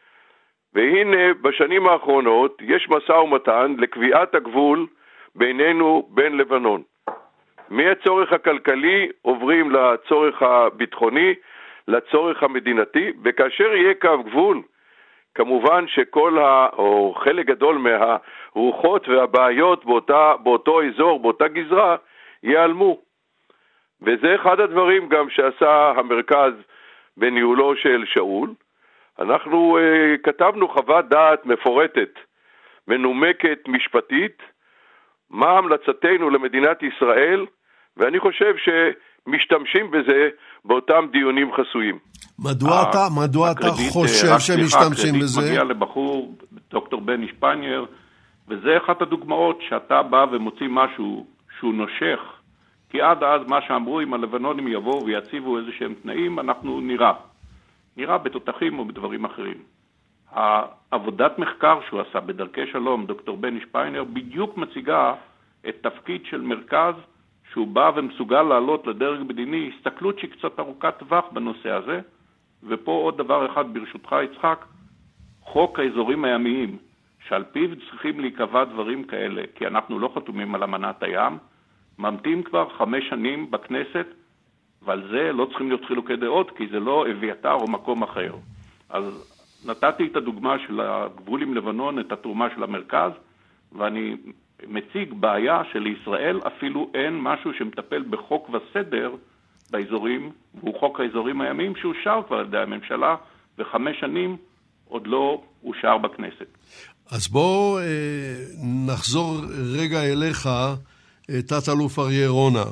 S5: והנה בשנים האחרונות יש משא ומתן לקביעת הגבול בינינו בין לבנון. מהצורך הכלכלי עוברים לצורך הביטחוני, לצורך המדינתי, וכאשר יהיה קו גבול, כמובן או חלק גדול מהרוחות והבעיות באותו אזור, באותה גזרה, ייעלמו. וזה אחד הדברים גם שעשה המרכז בניהולו של שאול. אנחנו כתבנו חוות דעת מפורטת, מנומקת, משפטית, מה המלצתנו למדינת ישראל, ואני חושב שמשתמשים בזה באותם דיונים חסויים.
S3: מדוע אתה חושב שמשתמשים בזה?
S4: מגיע לבחור, דוקטור בני שפיינר, וזה אחת הדוגמאות שאתה בא ומוציא משהו שהוא נושך, כי עד אז מה שאמרו, אם הלבנונים יבואו ויציבו איזה שהם תנאים, אנחנו נראה בתותחים או בדברים אחרים. העבודת מחקר שהוא עשה בדרכי שלום, דוקטור בני שפיינר, בדיוק מציגה את תפקיד של מרכז שהוא בא ומסוגל לעלות לדרג מדיני, הסתכלות שהיא קצת ארוכת טווח בנושא הזה. ופה עוד דבר אחד ברשותך יצחק, חוק האזורים הימיים, שעל פיו צריכים להיקבע דברים כאלה, כי אנחנו לא חתומים על אמנת הים, ממתין כבר 5 שנים בכנסת, ועל זה לא צריכים להיות חילוקי דעות, כי זה לא אביתר או מקום אחר. אז נתתי את הדוגמה של הגבול עם לבנון, את התרומה של המרכז, ואני מציג בעיה שלישראל אפילו אין משהו שמטפל בחוק וסדר באזורים, והוא חוק האזורים הימיים שאושר כבר על ידי הממשלה, ו5 שנים עוד לא אושר בכנסת.
S3: אז בוא נחזור רגע אליך, תת-אלוף אריה רונה.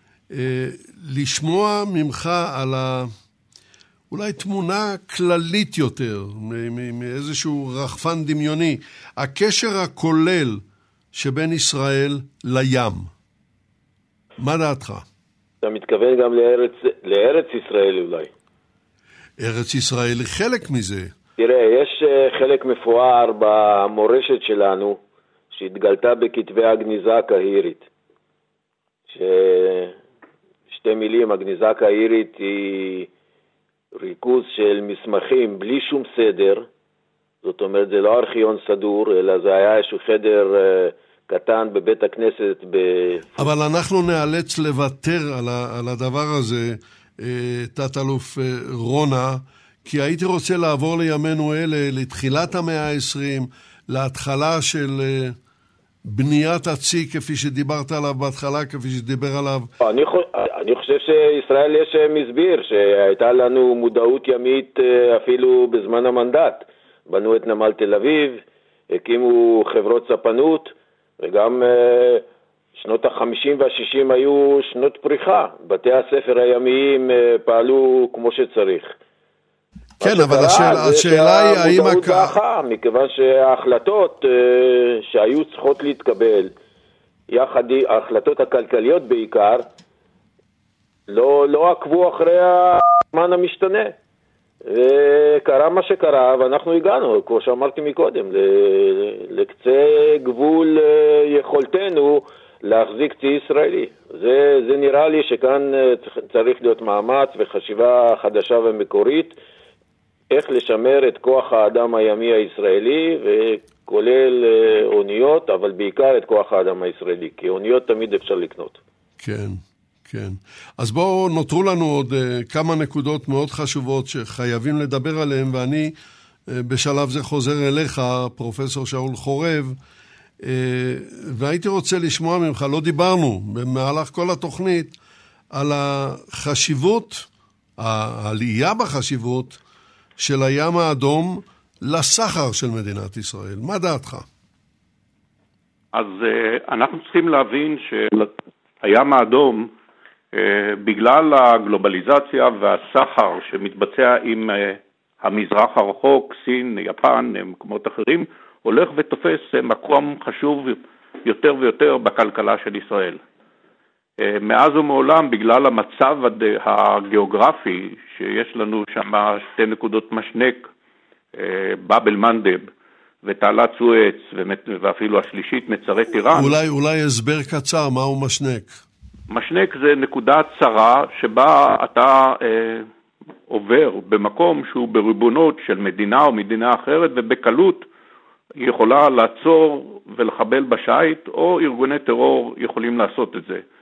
S3: לשמוע ממך על אולי תמונה כללית יותר, מאיזשהו רחפן דמיוני, הקשר הכולל שבין ישראל לים. מה דעתך?
S6: אתה מתכוון גם לארץ ישראל אולי.
S3: ארץ ישראל היא חלק מזה.
S6: תראה, יש חלק מפואר במורשת שלנו, שהתגלתה בכתבי הגניזה הקהירית. שתי מילים, הגניזה הקהירית היא ריכוז של מסמכים בלי שום סדר, זאת אומרת, זה לא ארכיון סדור, אלא זה היה איזשהו חדר קטן בבית הכנסת.
S3: אבל אנחנו נאלץ לוותר על הדבר הזה, תת-אלוף רונה, כי הייתי רוצה לעבור לימינו אלה, לתחילת המאה ה-20, להתחלה של בניית הצי, כפי שדיברת עליו בהתחלה, כפי שדיבר עליו.
S6: אני חושב שישראל יש מסביר, שהייתה לנו מודעות ימית אפילו בזמן המנדט. בנו את נמל תל אביב, הקימו חברות ספנות, וגם שנות ה-50 וה-60 היו שנות פריחה. בתי הספר הימיים פעלו כמו שצריך.
S3: כן, אבל השאלה היא האם...
S6: מכיוון שההחלטות שהיו צריכות להתקבל, יחד ההחלטות הכלכליות בעיקר, לא עקבו אחרי הזמן המשתנה. וקרה מה שקרה, ואנחנו הגענו, כמו שאמרתי מקודם, לקצה גבול יכולתנו להחזיק צי ישראלי. זה נראה לי שכאן צריך להיות מאמץ וחשיבה חדשה ומקורית, איך לשמר את כוח האדם הימי הישראלי, וכולל אוניות, אבל בעיקר את כוח האדם הישראלי, כי אוניות תמיד אפשר לקנות.
S3: כן. כן. אז בואו, נותרו לנו עוד כמה נקודות מאוד חשובות שחייבים לדבר עליהן, ואני בשלב זה חוזר אליך, פרופסור שאול חורב, והייתי רוצה לשמוע ממך, לא דיברנו במהלך כל התוכנית, על החשיבות, העלייה בחשיבות של הים האדום לסחר של מדינת ישראל. מה דעתך?
S4: אז אנחנו צריכים להבין שהים האדום, בגלל הגלובליזציה והסחר שמתבצע עם המזרח הרחוק, סין, יפן, מקומות אחרים, הולך ותופס מקום חשוב יותר ויותר בכלכלה של ישראל. מאז ומעולם, בגלל המצב הגיאוגרפי שיש לנו שם 2 נקודות משנק, באבל מנדב ותעלת סואץ, ואפילו השלישית מצרי טיראן.
S3: אולי הסבר קצר, מהו משנק?
S4: משנק זה נקודה צרה שבה אתה עובר במקום שהוא בריבונות של מדינה או מדינה אחרת, ובקלות היא יכולה לעצור ולחבל בשייט, או ארגוני טרור יכולים לעשות את זה.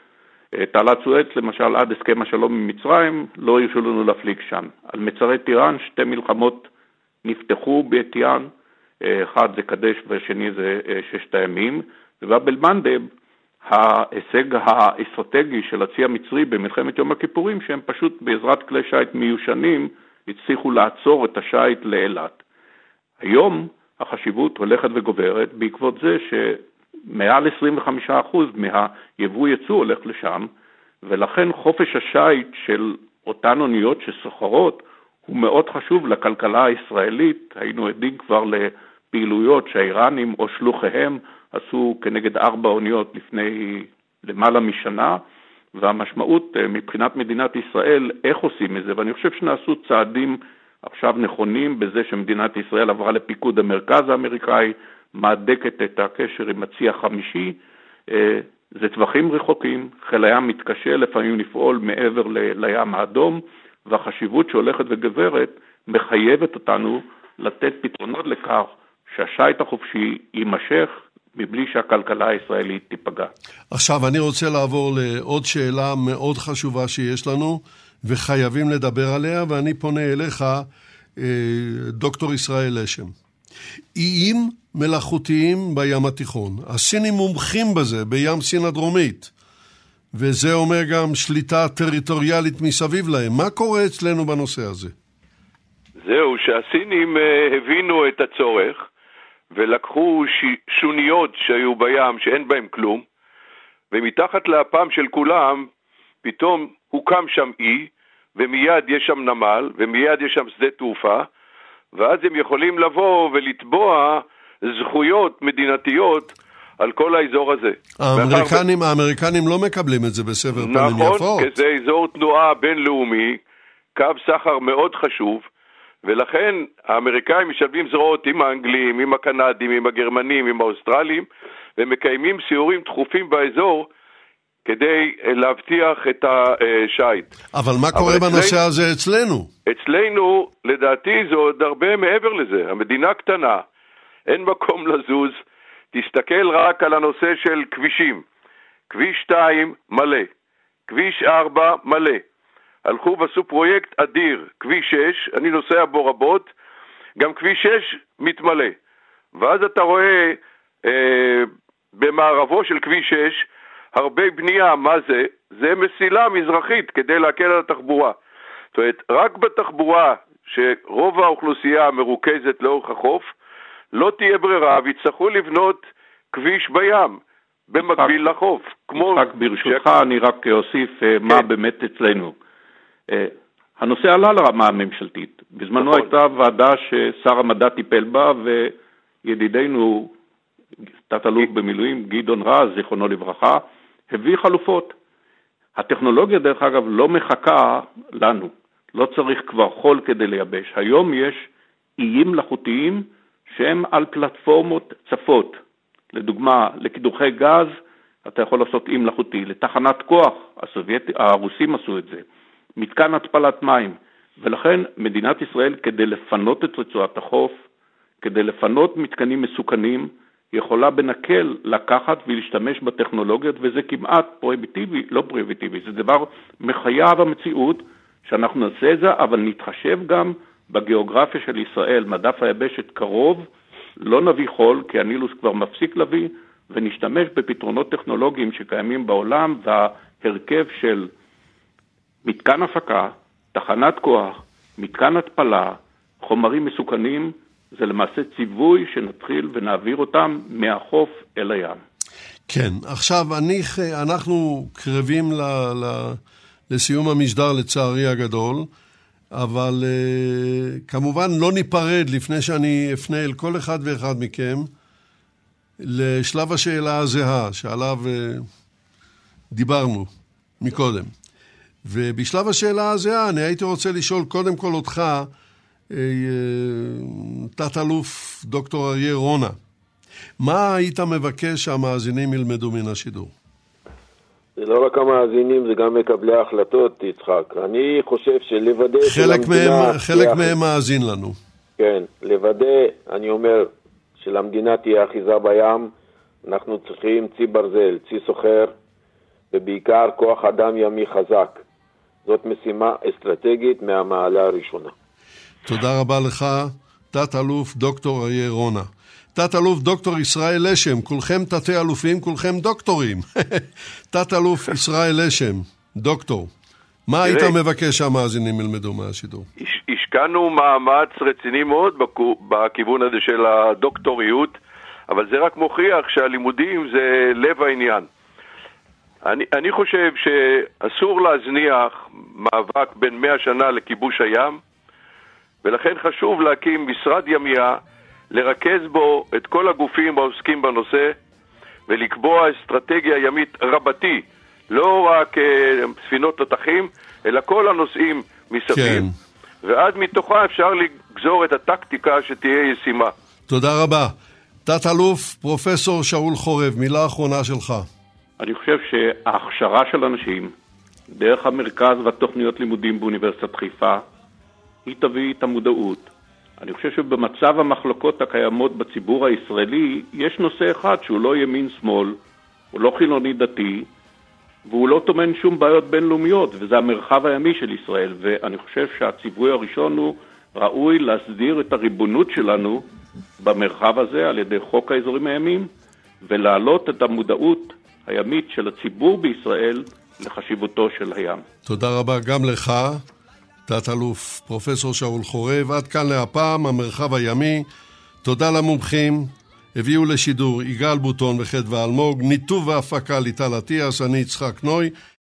S4: תעלת סואץ, למשל, עד הסכם השלום עם מצרים, לא הרשו לנו להפליג שם. על מצרי טיראן, 2 מלחמות נפתחו באתיין, אחד זה קדש והשני זה 6 הימים, ובאב אל-מנדב, ההישג האסטרטגי של הצי המצרי במלחמת יום הכיפורים, שהם פשוט בעזרת כלי שייט מיושנים, הצליחו לעצור את השייט לאילת. היום החשיבות הולכת וגוברת בעקבות זה שמעל 25% מהיבוא יצוא הולך לשם, ולכן חופש השייט של אותן אוניות שסוחרות הוא מאוד חשוב לכלכלה הישראלית. היינו עדים כבר לפעילויות שהאיראנים או שלוחיהם עשו כנגד 4 אוניות לפני למעלה משנה, והמשמעות מבחינת מדינת ישראל, איך עושים את זה, ואני חושב שנעשו צעדים עכשיו נכונים בזה שמדינת ישראל עברה לפיקוד המרכז האמריקאי, מעדקת את הקשר עם הצי החמישי, זה טווחים רחוקים, חיל הים מתקשה לפעמים לפעול מעבר לים האדום, והחשיבות שהולכת וגברת מחייבת אותנו לתת פתרונות לכך שהשייט החופשי יימשך, מבלי שהכלכלה הישראלית תיפגע.
S3: עכשיו אני רוצה לעבור לעוד שאלה מאוד חשובה שיש לנו, וחייבים לדבר עליה, ואני פונה אליך, דוקטור ישראל לשם. איים מלאכותיים בים התיכון. הסינים מומחים בזה, בים סין הדרומית. וזה אומר גם שליטה טריטוריאלית מסביב להם. מה קורה אצלנו בנושא הזה?
S5: זהו, שהסינים הבינו את הצורך, ולקחו שוניות שהיו בים שאין בהם כלום, ומתחת לאפם של כולם פתאום הוקם שם אי, ומיד יש שם נמל, ומיד יש שם שדה תעופה, ואז הם יכולים לבוא ולתבוע זכויות מדינתיות על כל האזור הזה.
S3: האמריקנים לא מקבלים את זה בסבר פנים יפות.
S5: נכון, כי זה אזור תנועה בינלאומי, קו סחר מאוד חשוב, ולכן האמריקאים משלבים זרועות עם האנגלים, עם הקנדים, עם הגרמנים, עם האוסטרלים, ומקיימים סיורים תכופים באזור כדי להבטיח את השייט.
S3: אבל מה קורה בנושא הזה אצלנו?
S5: אצלנו, לדעתי, זה עוד הרבה מעבר לזה. המדינה קטנה, אין מקום לזוז, תסתכל רק על הנושא של כבישים. כביש 2 מלא, כביש 4 מלא. הלכו ועשו פרויקט אדיר, כביש 6, אני נוסע בו רבות, גם כביש 6 מתמלא. ואז אתה רואה במערבו של כביש 6 הרבה בנייה, מה זה? זה מסילה מזרחית כדי להקל על התחבורה. זאת אומרת, רק בתחבורה שרוב האוכלוסייה מרוכזת לאורך החוף, לא תהיה ברירה ויצטרכו לבנות כביש בים, במקביל לחוף.
S4: ברשותך אני רק אוסיף מה באמת אצלנו. הנושא עלה לרמה הממשלתית. בזמנו הייתה ועדה ששר המדע טיפל בה, וידידנו תת-אלוף במילואים גדעון רז, זיכרונו לברכה, הביא חלופות. הטכנולוגיה דרך אגב לא מחכה לנו. לא צריך כבר חול כדי לייבש. היום יש איים מלאכותיים שהם על פלטפורמות צפות. לדוגמה, לקידוחי גז אתה יכול לעשות אי מלאכותי. לתחנת כוח, הרוסים עשו את זה. מתקן התפלת מים. ולכן מדינת ישראל, כדי לפנות את רצועת החוף, כדי לפנות מתקנים מסוכנים, יכולה בנקל לקחת ולהשתמש בטכנולוגיות, וזה כמעט פרוהיביטיבי, לא פרוהיביטיבי, זה דבר מחייב המציאות, שאנחנו נעשה את זה, אבל נתחשב גם בגיאוגרפיה של ישראל, מדף היבשת קרוב, לא נביא חול, כי הנילוס כבר מפסיק להביא, ונשתמש בפתרונות טכנולוגיים שקיימים בעולם, וההרכב של מתקן הפקה, תחנת כוח, מתקן התפלה, חומרים מסוכנים, זה למעשה ציווי שנתחיל ונעביר אותם מהחוף אל הים.
S3: כן, עכשיו אנחנו קרבים לסיום המשדר לצערי הגדול, אבל כמובן לא ניפרד לפני שאני אפנה אל כל אחד ואחד מכם לשלב השאלה הזהה שעליו דיברנו מקודם. ובשלב השאלה הזהה אני הייתי רוצה לשאול קודם כל אותך, תת-אלוף דוקטור אריה רונה, מה היית מבקש שהמאזינים ילמדו מן השידור?
S6: זה לא רק המאזינים, זה גם מקבלי ההחלטות, יצחק. אני חושב שלוודא
S3: חלק מהם מאזין לנו.
S6: כן, לוודא, אני אומר, שלמדינה תהיה אחיזה בים, אנחנו צריכים צי ברזל, צי סוחר, ובעיקר כוח אדם ימי חזק. זאת משימה אסטרטגית מהמעלה הראשונה.
S3: תודה רבה לך, תת-אלוף דוקטור אריה רונה. תת-אלוף דוקטור ישראל לשם, כולכם תתי-אלופים, כולכם דוקטורים. תת-אלוף ישראל לשם, דוקטור. מה היית מבקש שהמאזינים ילמדו מהשידור?
S5: השקענו מאמץ רציני מאוד בכיוון הזה של הדוקטוריות, אבל זה רק מוכיח שהלימודים זה לב העניין. אני חושב שאסור להזניח מאבק בין 100 שנה לכיבוש הים, ולכן חשוב להקים משרד ימייה, לרכז בו את כל הגופים העוסקים בנושא, ולקבוע אסטרטגיה ימית רבתי, לא רק ספינות תותחים, אלא כל הנושאים מסביב. כן. ואז מתוכה אפשר לגזור את הטקטיקה שתהיה ישימה.
S3: תודה רבה. תת-אלוף פרופסור שאול חורב, מילה אחרונה שלך.
S4: אני חושב שההכשרה של אנשים דרך המרכז והתוכניות לימודים באוניברסיטת חיפה היא תביא את המודעות. אני חושב שבמצב המחלוקות הקיימות בציבור הישראלי יש נושא אחד שהוא לא ימין שמאל, הוא לא חילוני דתי, והוא לא טומן שום בעיות בינלאומיות, וזה המרחב הימי של ישראל. ואני חושב שהציווי הראשון הוא ראוי להסדיר את הריבונות שלנו במרחב הזה על ידי חוק האזורים הימיים, ולהעלות את המודעות הימית של הציבור בישראל לחשיבותו של הים.
S3: תודה רבה גם לך, תת-אלוף פרופסור שאול חורב. עד כאן להפעם המרחב הימי. תודה למומחים. הביאו לשידור יגאל בוטון וחדווה אלמוג, ניתוב והפקה ליטל עטיאס, אני יצחק נוי.